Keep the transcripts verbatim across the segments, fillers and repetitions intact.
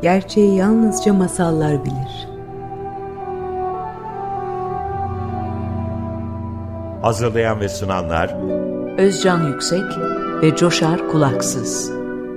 Gerçeği yalnızca masallar bilir. Hazırlayan ve sunanlar Özcan Yüksek ve Coşar Kulaksız.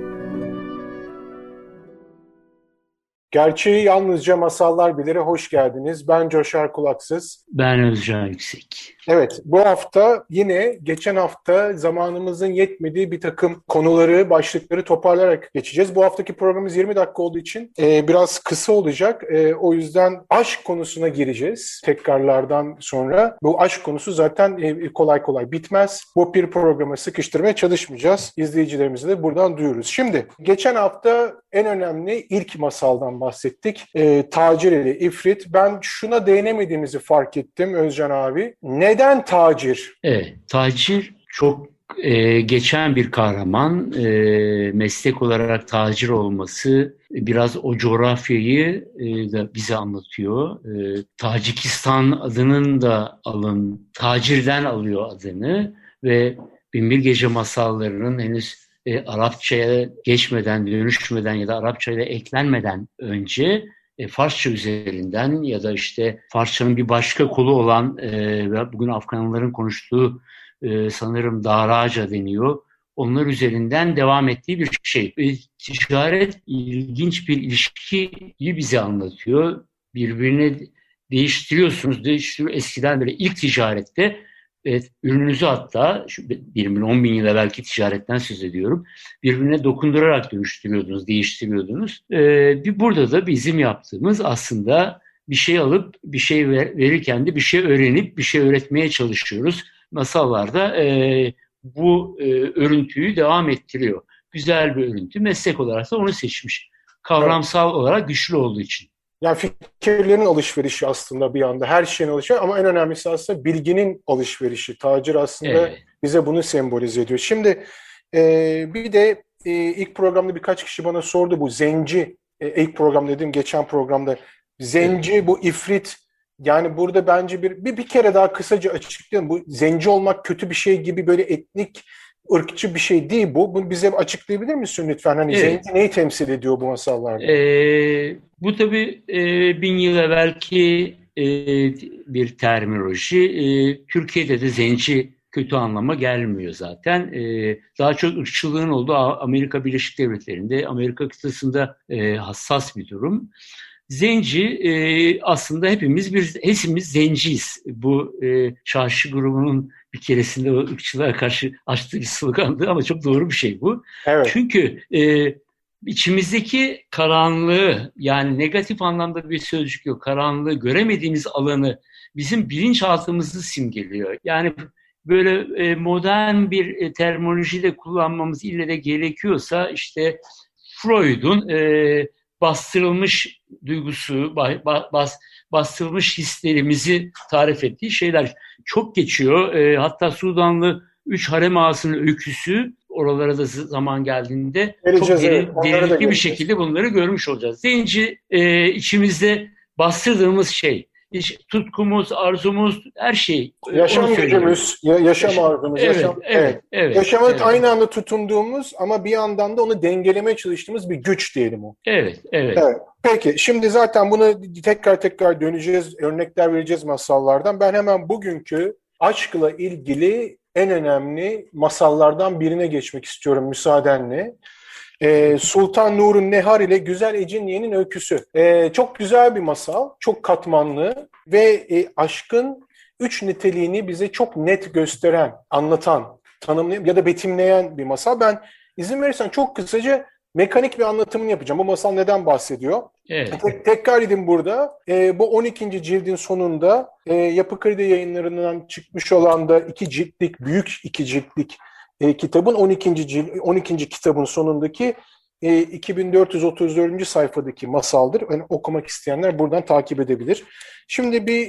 Gerçeği yalnızca masallar bilir'e hoş geldiniz. Ben Coşar Kulaksız. Ben Özcan Yüksek. Evet, bu hafta yine geçen hafta zamanımızın yetmediği bir takım konuları, başlıkları toparlayarak geçeceğiz. Bu haftaki programımız yirmi dakika olduğu için e, biraz kısa olacak. E, o yüzden aşk konusuna gireceğiz tekrarlardan sonra. Bu aşk konusu zaten e, kolay kolay bitmez. Bu bir programa sıkıştırmaya çalışmayacağız. İzleyicilerimize de buradan duyuruz. Şimdi geçen hafta en önemli ilk masaldan bahsettik. E, Tacir ile İfrit. Ben şuna değinemediğimizi fark ettim Özcan abi. Neden tacir? Evet, tacir çok e, geçen bir kahraman. E, meslek olarak tacir olması biraz o coğrafyayı e, da bize anlatıyor. E, Tacikistan adının da alın, tacirden alıyor adını ve Binbir Gece masallarının henüz e, Arapçaya geçmeden, dönüşmeden ya da Arapçaya eklenmeden önce E, Farsça üzerinden ya da işte Farsçanın bir başka kolu olan e, ve bugün Afganların konuştuğu e, sanırım Daraca deniyor. Onlar üzerinden devam ettiği bir şey. E, ticaret ilginç bir ilişkiyi bize anlatıyor. Birbirini değiştiriyorsunuz. Değiştiriyor. Eskiden böyle ilk ticarette evet, ürününüzü hatta bir bin on bin yıl evvelki ticaretten söz ediyorum. Birbirine dokundurarak dönüştürüyordunuz, değiştiriyordunuz. Ee, bir burada da bizim yaptığımız aslında bir şey alıp bir şey ver, verirken de bir şey öğrenip bir şey öğretmeye çalışıyoruz. Masallarda e, bu e, örüntüyü devam ettiriyor. Güzel bir örüntü. Meslek olarak da onu seçmiş. Kavramsal evet. olarak güçlü olduğu için. Yani fikirlerin alışverişi aslında bir anda, her şeyin alışverişi ama en önemlisi aslında bilginin alışverişi. Tacir aslında evet. bize bunu sembolize ediyor. Şimdi e, bir de e, ilk programda birkaç kişi bana sordu bu zenci, e, ilk program dediğim geçen programda zenci evet. bu ifrit. Yani burada bence bir, bir bir kere daha kısaca açıklayalım. Bu zenci olmak kötü bir şey gibi böyle etnik, ırkçı bir şey değil bu. Bunu bize açıklayabilir misin lütfen? Hani evet. zenci neyi temsil ediyor bu masallarda? Ee, bu tabii e, bin yıl evvelki e, bir terminoloji. E, Türkiye'de de zenci kötü anlama gelmiyor zaten. E, daha çok ırkçılığın olduğu Amerika Birleşik Devletleri'nde, Amerika kıtasında e, hassas bir durum. Zenci e, aslında hepimiz bir hepimiz zenciyiz. Bu e, çarşı grubunun bir keresinde o ırkçılığa karşı açtığı bir slogandı ama çok doğru bir şey bu. Evet. Çünkü e, içimizdeki karanlığı, yani negatif anlamda bir sözcük yok, karanlığı, göremediğimiz alanı bizim bilinçaltımızı simgeliyor. Yani böyle e, modern bir e, terminolojiyle kullanmamız ille de gerekiyorsa işte Freud'un e, bastırılmış duygusu, bas, bastırılmış hislerimizi tarif ettiği şeyler çok geçiyor. E, hatta Sudanlı üç harem ağasının öyküsü, oralara da zaman geldiğinde geleceğiz, çok derin, evet. derinlikli bir şekilde bunları görmüş olacağız. Zenci e, içimizde bastırdığımız şey. Tutkumuz, arzumuz, her şey. Yaşam gücümüz, ya, yaşam, yaşam arzumuz. Evet, yaşam, evet, evet. evet Yaşama evet. aynı anda tutunduğumuz ama bir yandan da onu dengelemeye çalıştığımız bir güç diyelim o. Evet, evet. evet. Peki, şimdi zaten bunu tekrar tekrar döneceğiz, örnekler vereceğiz masallardan. Ben hemen bugünkü aşkla ilgili en önemli masallardan birine geçmek istiyorum müsaadenle. Ee, Sultan Nur'un Nehar ile Güzel Ecinye'nin öyküsü. Ee, çok güzel bir masal, çok katmanlı ve e, aşkın üç niteliğini bize çok net gösteren, anlatan, tanımlayan ya da betimleyen bir masal. Ben izin verirsen çok kısaca mekanik bir anlatımını yapacağım. Bu masal neden bahsediyor? Evet. Tek, tekrar edin burada. Ee, bu on ikinci cildin sonunda e, Yapı Kredi Yayınları'ndan çıkmış olan da iki ciltlik, büyük iki ciltlik E, kitabın on ikinci cilt, on ikinci kitabın sonundaki e, iki bin dört yüz otuz dördüncü sayfadaki masaldır. Yani okumak isteyenler buradan takip edebilir. Şimdi bir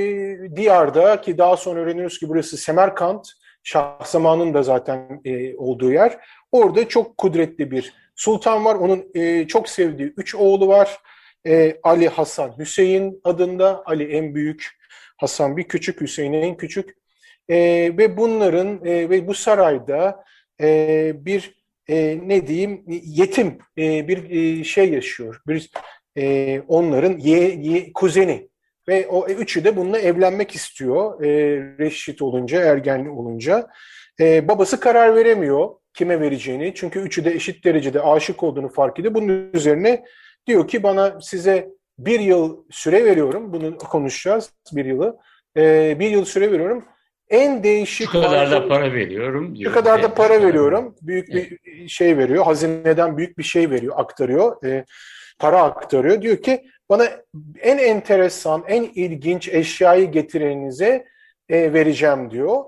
e, diyarda ki daha sonra öğreniyoruz ki burası Semerkant, Şahzaman'ın da zaten e, olduğu yer. Orada çok kudretli bir sultan var. Onun e, çok sevdiği üç oğlu var. E, Ali, Hasan, Hüseyin adında. Ali en büyük, Hasan bir küçük, Hüseyin en küçük. E, ve bunların e, ve bu sarayda e, bir e, ne diyeyim yetim e, bir e, şey yaşıyor. Bir e, onların ye, ye, kuzeni ve o e, üçü de bununla evlenmek istiyor. E, reşit olunca, ergen olunca e, babası karar veremiyor kime vereceğini. Çünkü üçü de eşit derecede aşık olduğunu fark ediyor. Bunun üzerine diyor ki bana size bir yıl süre veriyorum. Bunu konuşacağız bir yılı. E, bir yıl süre veriyorum. En değişik... Şu kadar da para veriyorum. Şu kadar da para veriyorum. Büyük bir şey veriyor. Hazineden büyük bir şey veriyor, aktarıyor. E, para aktarıyor. Diyor ki bana en enteresan, en ilginç eşyayı getirenize e, vereceğim diyor.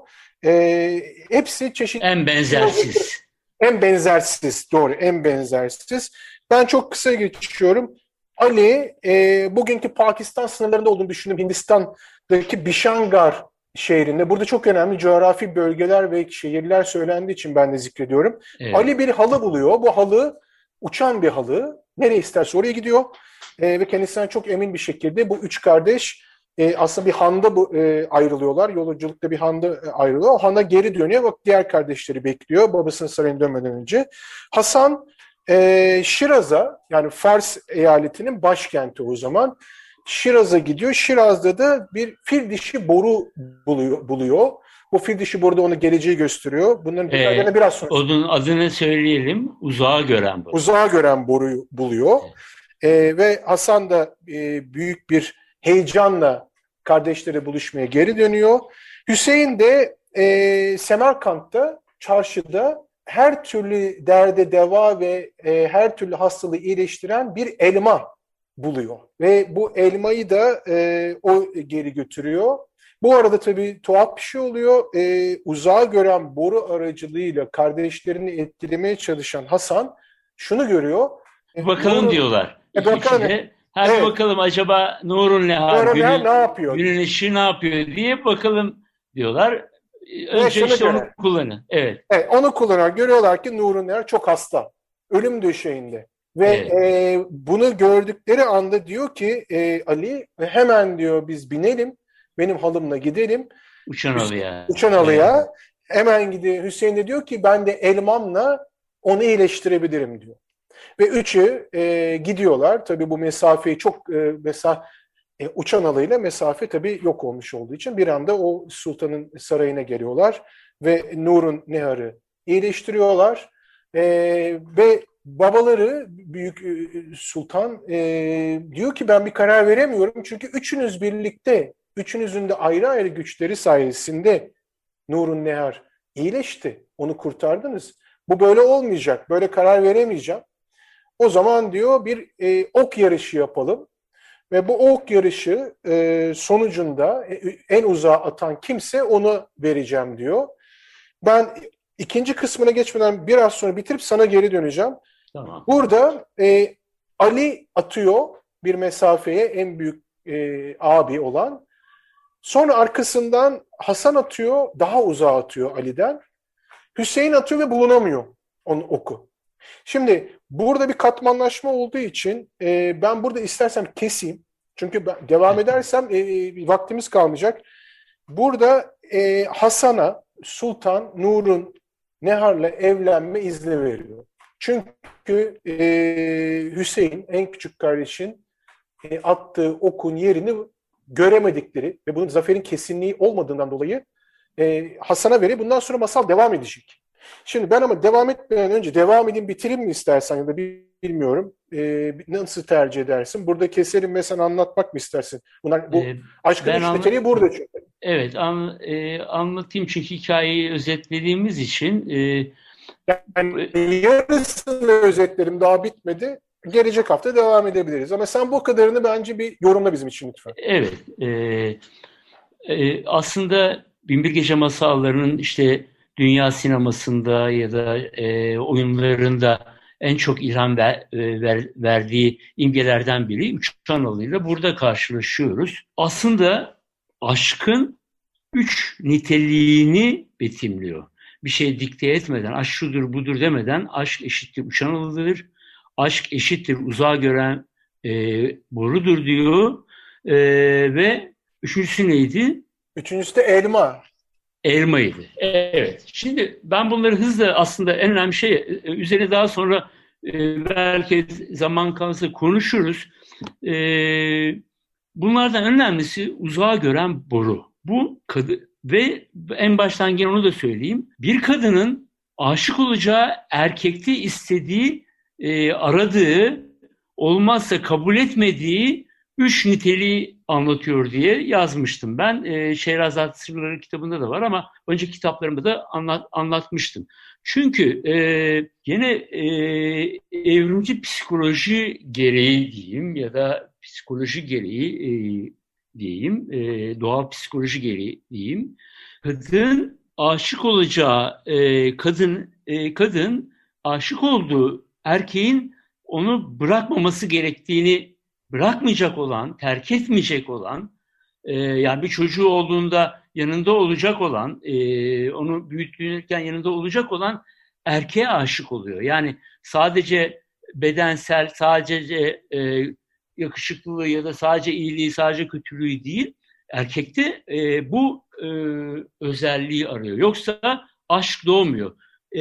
E, hepsi çeşitli... En benzersiz. En benzersiz, doğru, en benzersiz. Ben çok kısa geçiyorum. Ali, e, bugünkü Pakistan sınırlarında olduğunu düşündüm. Hindistan'daki Bishangar şehrinde. Burada çok önemli coğrafi bölgeler ve şehirler söylendiği için ben de zikrediyorum. Evet. Ali bir halı buluyor. Bu halı uçan bir halı. Nereye isterse oraya gidiyor. E, ve kendisinden çok emin bir şekilde bu üç kardeş e, aslında bir handa bu, e, ayrılıyorlar. Yolculukta bir handa e, ayrılıyor. O handa geri dönüyor. Bak diğer kardeşleri bekliyor. Babasının sarayına dönmeden önce. Hasan e, Şiraz'a, yani Fars eyaletinin başkenti o zaman. Şiraz'a gidiyor. Şiraz'da da bir fil dişi boru buluyor. buluyor. Bu fil dişi boru da ona geleceği gösteriyor. Bunların ee, biraz sonra... Onun adını söyleyelim. Uzağa gören boru. Uzağa gören boruyu buluyor. Evet. Ee, ve Hasan da e, büyük bir heyecanla kardeşleri buluşmaya geri dönüyor. Hüseyin de e, Semerkant'ta, çarşıda her türlü derde deva ve e, her türlü hastalığı iyileştiren bir elma buluyor. Ve bu elmayı da e, o geri götürüyor. Bu arada tabii tuhaf bir şey oluyor. E, uzağa gören boru aracılığıyla kardeşlerini etkilemeye çalışan Hasan şunu görüyor. E, bakalım Nurun, diyorlar. E, bakalım. Hadi evet. Bakalım acaba Nurun Nehar, Nurun günün, ne yapıyor? Günün ışığı ne yapıyor diye bakalım diyorlar. Önce işte onu kullanın. Evet. Evet, onu kullanan görüyorlar ki Nurun Nehar çok hasta. Ölüm döşeğinde. Ve evet. e, bunu gördükleri anda diyor ki e, Ali hemen diyor biz binelim. Benim halımla gidelim. Uçan halıya. Uçan halıya. Evet. Hemen gidiyor. Hüseyin de diyor ki ben de elmamla onu iyileştirebilirim diyor. Ve üçü e, gidiyorlar. Tabii bu mesafeyi çok e, mesela e, uçan halıyla mesafe tabii yok olmuş olduğu için bir anda o sultanın sarayına geliyorlar ve Nurun Nehar'ı iyileştiriyorlar. E, ve babaları Büyük Sultan e, diyor ki ben bir karar veremiyorum çünkü üçünüz birlikte, üçünüzün de ayrı ayrı güçleri sayesinde Nurun Nehar iyileşti. Onu kurtardınız. Bu böyle olmayacak. Böyle karar veremeyeceğim. O zaman diyor bir e, ok yarışı yapalım. Ve bu ok yarışı e, sonucunda e, en uzağa atan kimse onu vereceğim diyor. Ben ikinci kısmına geçmeden biraz sonra bitirip sana geri döneceğim. Tamam. Burada e, Ali atıyor bir mesafeye en büyük e, abi olan. Sonra arkasından Hasan atıyor, daha uzağa atıyor Ali'den. Hüseyin atıyor ve bulunamıyor onun oku. Şimdi burada bir katmanlaşma olduğu için e, ben burada istersem keseyim. Çünkü ben devam edersem e, vaktimiz kalmayacak. Burada e, Hasan'a Sultan Nurun Nehar'la evlenme izni veriyor. Çünkü e, Hüseyin en küçük kardeşin e, attığı okun yerini göremedikleri ve bunun zaferin kesinliği olmadığından dolayı e, Hasan'a veriyor. Bundan sonra masal devam edecek. Şimdi ben ama devam etmeden önce devam edeyim bitireyim mi istersen ya da bilmiyorum. Ee, nasıl tercih edersin? Burada keselim mesela anlatmak mı istersin? Bunlar, bu ee, aşkın işleteliği burada çünkü. Evet an, e, anlatayım çünkü hikayeyi özetlediğimiz için. E, yani yarısını özetlerim daha bitmedi. Gelecek hafta devam edebiliriz. Ama sen bu kadarını bence bir yorumla bizim için lütfen. Evet. E, e, aslında Binbir Gece Masalları'nın işte dünya sinemasında ya da e, oyunlarında en çok ilham ver, ver, verdiği imgelerden biri Uçan Halı'yla burada karşılaşıyoruz. Aslında aşkın üç niteliğini betimliyor. Bir şey dikte etmeden, aşk şudur budur demeden aşk eşittir Uçan Halı'dır. Aşk eşittir uzağa gören e, borudur diyor. E, ve üçüncüsü neydi? Üçüncüsü de elma. elmaydı. Evet. Şimdi ben bunları hızla aslında en önemli şey, üzerine daha sonra e, belki zaman kalırsa konuşuruz. E, bunlardan önemlisi uzağa gören boru. Bu kadın ve en baştan gene onu da söyleyeyim. Bir kadının aşık olacağı erkekte istediği, e, aradığı, olmazsa kabul etmediği üç niteliği anlatıyor diye yazmıştım. Ben e, Şehrazat Sırları kitabında da var ama önceki kitaplarımda da anlat, anlatmıştım. Çünkü e, yine e, evrimci psikoloji gereği diyeyim ya da psikoloji gereği e, diyeyim, e, doğal psikoloji gereği diyeyim. Kadın aşık olacağı e, kadın e, kadın aşık olduğu erkeğin onu bırakmaması gerektiğini, bırakmayacak olan, terk etmeyecek olan, e, yani bir çocuğu olduğunda yanında olacak olan, e, onu büyütürken yanında olacak olan erkeğe aşık oluyor. Yani sadece bedensel, sadece e, yakışıklılığı ya da sadece iyiliği, sadece kötülüğü değil, erkekte e, bu e, özelliği arıyor. Yoksa aşk doğmuyor. E,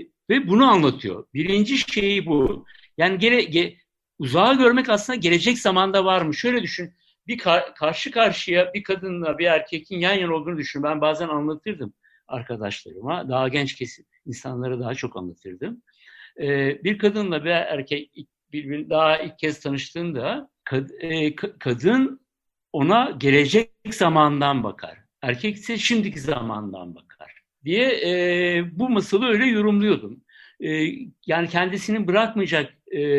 ve bunu anlatıyor. Birinci şeyi bu. Yani gere, ge, uzağa görmek aslında gelecek zamanda var mı? Şöyle düşün, bir kar, karşı karşıya bir kadınla bir erkekin yan yana olduğunu düşün. Ben bazen anlatırdım arkadaşlarıma, daha genç kesim insanlara daha çok anlatırdım. Ee, bir kadınla bir erkek birbirini daha ilk kez tanıştığında kad, e, kadın ona gelecek zamandan bakar. Erkek ise şimdiki zamandan bakar diye e, bu masalı öyle yorumluyordum. E, yani kendisini bırakmayacak,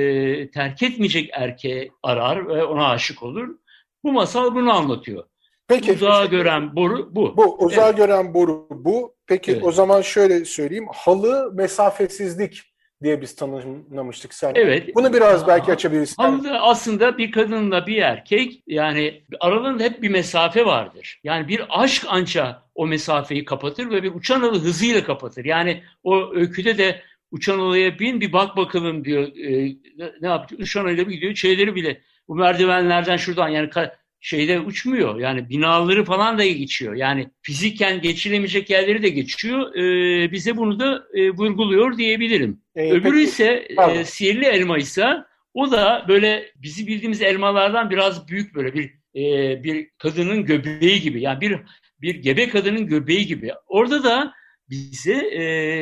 e, terk etmeyecek erkeği arar ve ona aşık olur. Bu masal bunu anlatıyor. Peki, uzağa işte, gören boru bu. Bu uzağa evet. gören boru bu. Peki evet. O zaman şöyle söyleyeyim. Halı mesafesizlik diye biz tanımlamıştık sen. Evet. Bunu biraz Aha. belki açabilirsin. Halı aslında bir kadınla bir erkek, yani aralarında hep bir mesafe vardır. Yani bir aşk ancak o mesafeyi kapatır ve bir uçan halı hızıyla kapatır. Yani o öyküde de uçan halıya bin bir bak bakalım diyor. E, ne yapıyor? Uçan halıyla bir gidiyor. Şeyleri bile bu merdivenlerden şuradan yani ka- şeyde uçmuyor. Yani binaları falan da geçiyor. Yani fiziken geçilemeyecek yerleri de geçiyor. E, bize bunu da e, vurguluyor diyebilirim. E, Öbürü peki, ise e, sihirli elma ise o da böyle bizi bildiğimiz elmalardan biraz büyük, böyle bir e, bir kadının göbeği gibi. Yani bir bir gebe kadının göbeği gibi. Orada da bize e,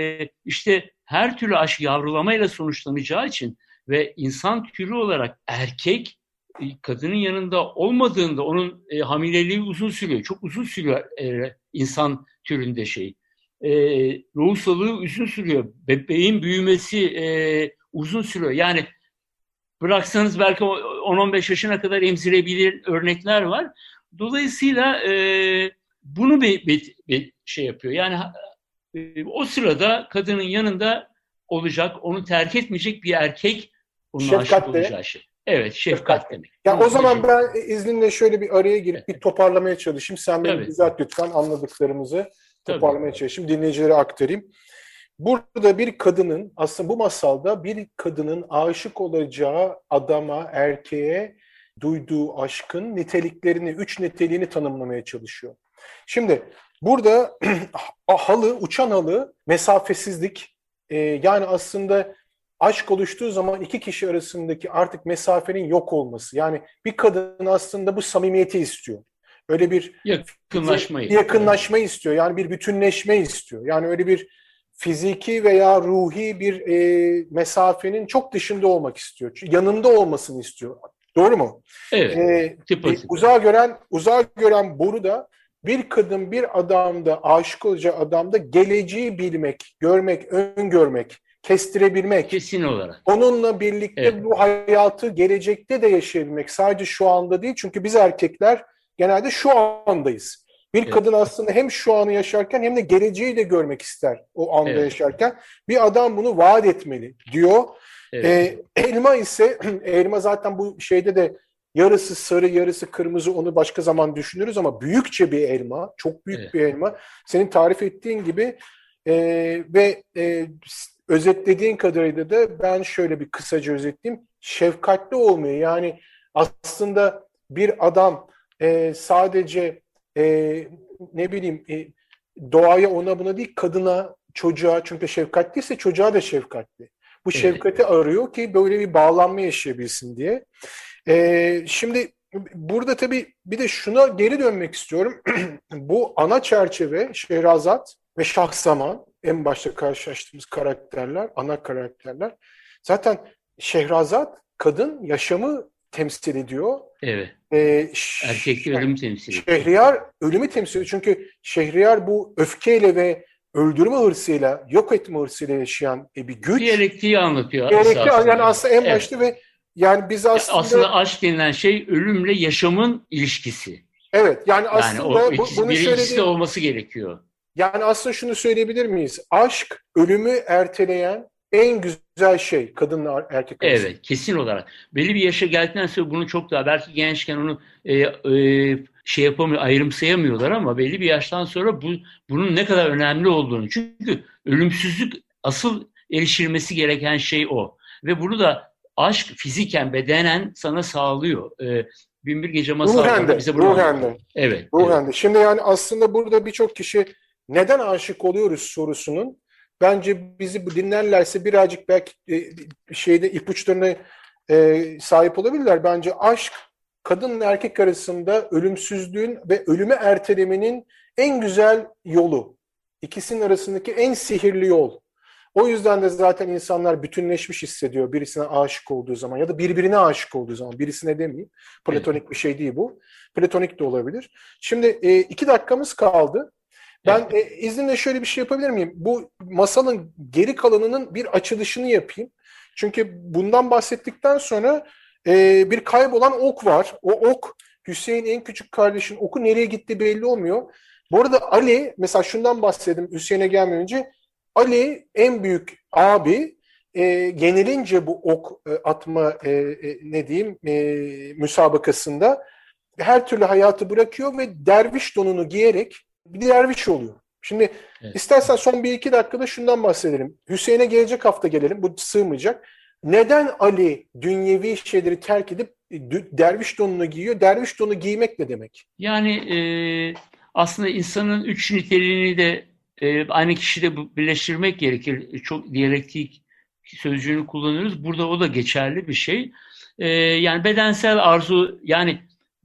işte her türlü aşk yavrulamayla sonuçlanacağı için ve insan türü olarak erkek kadının yanında olmadığında onun e, hamileliği uzun sürüyor. Çok uzun sürüyor e, insan türünde şey. E, ruhsalığı uzun sürüyor. Bebeğin büyümesi e, uzun sürüyor. Yani bıraksanız belki on on beş yaşına kadar emzirebilir örnekler var. Dolayısıyla e, bunu bir, bir, bir şey yapıyor. Yani e, o sırada kadının yanında olacak, onu terk etmeyecek bir erkek onun aşık olacağı şey. Evet, şefkat, şefkat demek. Ya o zaman ben izninle şöyle bir araya girip evet. bir toparlamaya çalışayım. Sen beni evet. düzelt lütfen, anladıklarımızı toparlamaya Tabii. çalışayım. Dinleyicilere aktarayım. Burada bir kadının, aslında bu masalda bir kadının aşık olacağı adama, erkeğe duyduğu aşkın niteliklerini, üç niteliğini tanımlamaya çalışıyor. Şimdi burada halı, uçan halı, mesafesizlik, e, yani aslında aşk oluştuğu zaman iki kişi arasındaki artık mesafenin yok olması. Yani bir kadın aslında bu samimiyeti istiyor. Öyle bir yakınlaşmayı, yakınlaşmayı evet. istiyor. Yani bir bütünleşme istiyor. Yani öyle bir fiziki veya ruhi bir e, mesafenin çok dışında olmak istiyor. Yanında olmasını istiyor. Doğru mu? Evet. E, e, uzağa gören uzağa gören boru da bir kadın bir adamda, aşık olacağı adamda geleceği bilmek, görmek, öngörmek, kestirebilmek. Kesin olarak. Onunla birlikte evet. bu hayatı gelecekte de yaşayabilmek. Sadece şu anda değil. Çünkü biz erkekler genelde şu andayız. Bir evet. kadın aslında hem şu anı yaşarken hem de geleceği de görmek ister o anda evet. yaşarken. Bir adam bunu vaat etmeli diyor. Evet. Ee, elma ise, elma zaten bu şeyde de yarısı sarı, yarısı kırmızı, onu başka zaman düşünürüz ama büyükçe bir elma, çok büyük evet. bir elma. Senin tarif ettiğin gibi e, ve e, özetlediğin kadarıyla da ben şöyle bir kısaca özetleyeyim. Şefkatli olmayı, yani aslında bir adam e, sadece e, ne bileyim e, doğaya, ona buna değil, kadına, çocuğa, çünkü şefkatliyse çocuğa da şefkatli. Bu evet. Şefkati arıyor ki böyle bir bağlanma yaşayabilsin diye. Ee, şimdi burada tabii bir de şuna geri dönmek istiyorum. Bu ana çerçeve Şehrazat ve Şahzaman, en başta karşılaştığımız karakterler, ana karakterler. Zaten Şehrazat kadın yaşamı temsil ediyor. Evet. Ee, Erkekli ölümü temsil ediyor. Şehriyar ölümü temsil ediyor. Çünkü Şehriyar bu öfkeyle ve öldürme hırsıyla, yok etme hırsıyla yaşayan bir güç. Diyalektiği anlatıyor. Diyalektiği yani aslında en başta evet. Ve yani biz aslında... Aslında aşk denilen şey ölümle yaşamın ilişkisi. Evet yani aslında... Yani o ikisi, bunu birincisi de olması gerekiyor. Yani aslında şunu söyleyebilir miyiz? Aşk ölümü erteleyen en güzel şey kadınla erkek arasında. Evet, kesin olarak. Belli bir yaşa geldikten sonra bunu çok daha, belki gençken onu e, e, şey yapamıyor, ayrımsayamıyorlar ama belli bir yaştan sonra bu bunun ne kadar önemli olduğunu. Çünkü ölümsüzlük asıl erişilmesi gereken şey o. Ve bunu da aşk fiziken, bedenen sana sağlıyor. E, Binbir Gece masallarında bize bunu ruhen Evet. Ruhen evet. Şimdi yani aslında burada birçok kişi neden aşık oluyoruz sorusunun bence bizi bu dinlerlerse birazcık belki e, şeyde ipuçlarına e, sahip olabilirler. Bence aşk kadınla erkek arasında ölümsüzlüğün ve ölümü ertelemenin en güzel yolu. İkisinin arasındaki en sihirli yol. O yüzden de zaten insanlar bütünleşmiş hissediyor birisine aşık olduğu zaman ya da birbirine aşık olduğu zaman. Birisine demeyeyim. Platonik evet. bir şey değil bu. Platonik de olabilir. Şimdi e, iki dakikamız kaldı. Ben evet. e, izninle şöyle bir şey yapabilir miyim? Bu masalın geri kalanının bir açılışını yapayım. Çünkü bundan bahsettikten sonra e, bir kaybolan ok var. O ok Hüseyin en küçük kardeşin oku nereye gitti belli olmuyor. Bu arada Ali, mesela şundan bahsedeyim Hüseyin'e gelmeden önce. Ali en büyük abi e, genelince bu ok e, atma e, e, ne diyeyim e, müsabakasında her türlü hayatı bırakıyor ve derviş donunu giyerek bir derviş oluyor. Şimdi evet. istersen son bir iki dakikada şundan bahsedelim. Hüseyin'e gelecek hafta gelelim. Bu sığmayacak. Neden Ali dünyevi şeyleri terk edip derviş donunu giyiyor? Derviş donu giymek ne demek? Yani e, aslında insanın üç niteliğini de e, aynı kişide birleştirmek gerekir. Çok diyalektik sözcüğünü kullanıyoruz. Burada o da geçerli bir şey. E, yani bedensel arzu, yani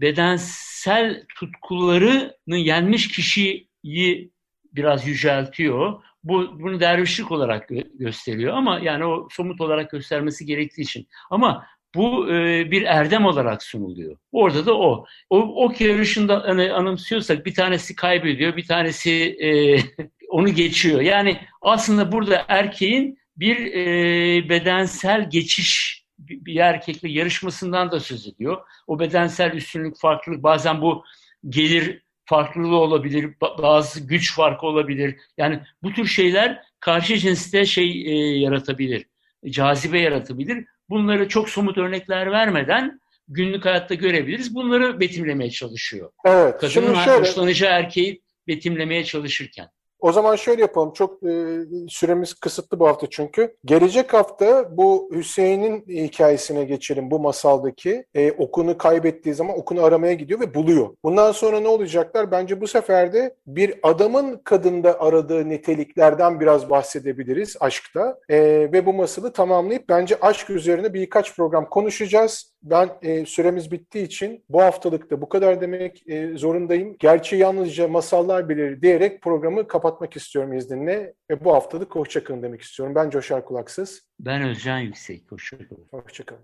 bedensel tutkularını yenmiş kişiyi biraz yüceltiyor. Bu bunu dervişlik olarak gö- gösteriyor ama yani o somut olarak göstermesi gerektiği için. Ama bu e, bir erdem olarak sunuluyor. Orada da o. O ok yarışında hani anımsıyorsak bir tanesi kaybediyor, bir tanesi e, onu geçiyor. Yani aslında burada erkeğin bir e, bedensel geçiş, bir erkekle yarışmasından da söz ediyor. O bedensel üstünlük, farklılık, bazen bu gelir farklılığı olabilir, bazı güç farkı olabilir. Yani bu tür şeyler karşı cinste şey e, yaratabilir, cazibe yaratabilir. Bunları çok somut örnekler vermeden günlük hayatta görebiliriz. Bunları betimlemeye çalışıyor. Evet. Kadının şöyle, hoşlanacağı erkeği betimlemeye çalışırken. O zaman şöyle yapalım. Çok e, süremiz kısıtlı bu hafta çünkü. Gelecek hafta bu Hüseyin'in hikayesine geçelim, bu masaldaki. E, okunu kaybettiği zaman okunu aramaya gidiyor ve buluyor. Bundan sonra ne olacaklar? Bence bu sefer de bir adamın kadında aradığı niteliklerden biraz bahsedebiliriz aşkta. E, ve bu masalı tamamlayıp bence aşk üzerine birkaç program konuşacağız. Ben e, süremiz bittiği için bu haftalık da bu kadar demek e, zorundayım. Gerçi yalnızca masallar bilir diyerek programı kapatmak istiyorum izninle ve bu haftalık hoşçakalın demek istiyorum. Ben Coşar Kulaksız. Ben Özcan Yüksek. Hoşçakalın. Hoşçakalın.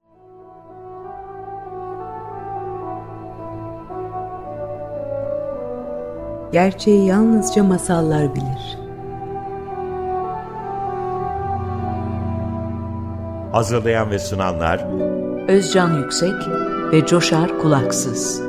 Gerçeği yalnızca masallar bilir. Hazırlayan ve sunanlar Özcan Yüksek ve Coşar Kulaksız.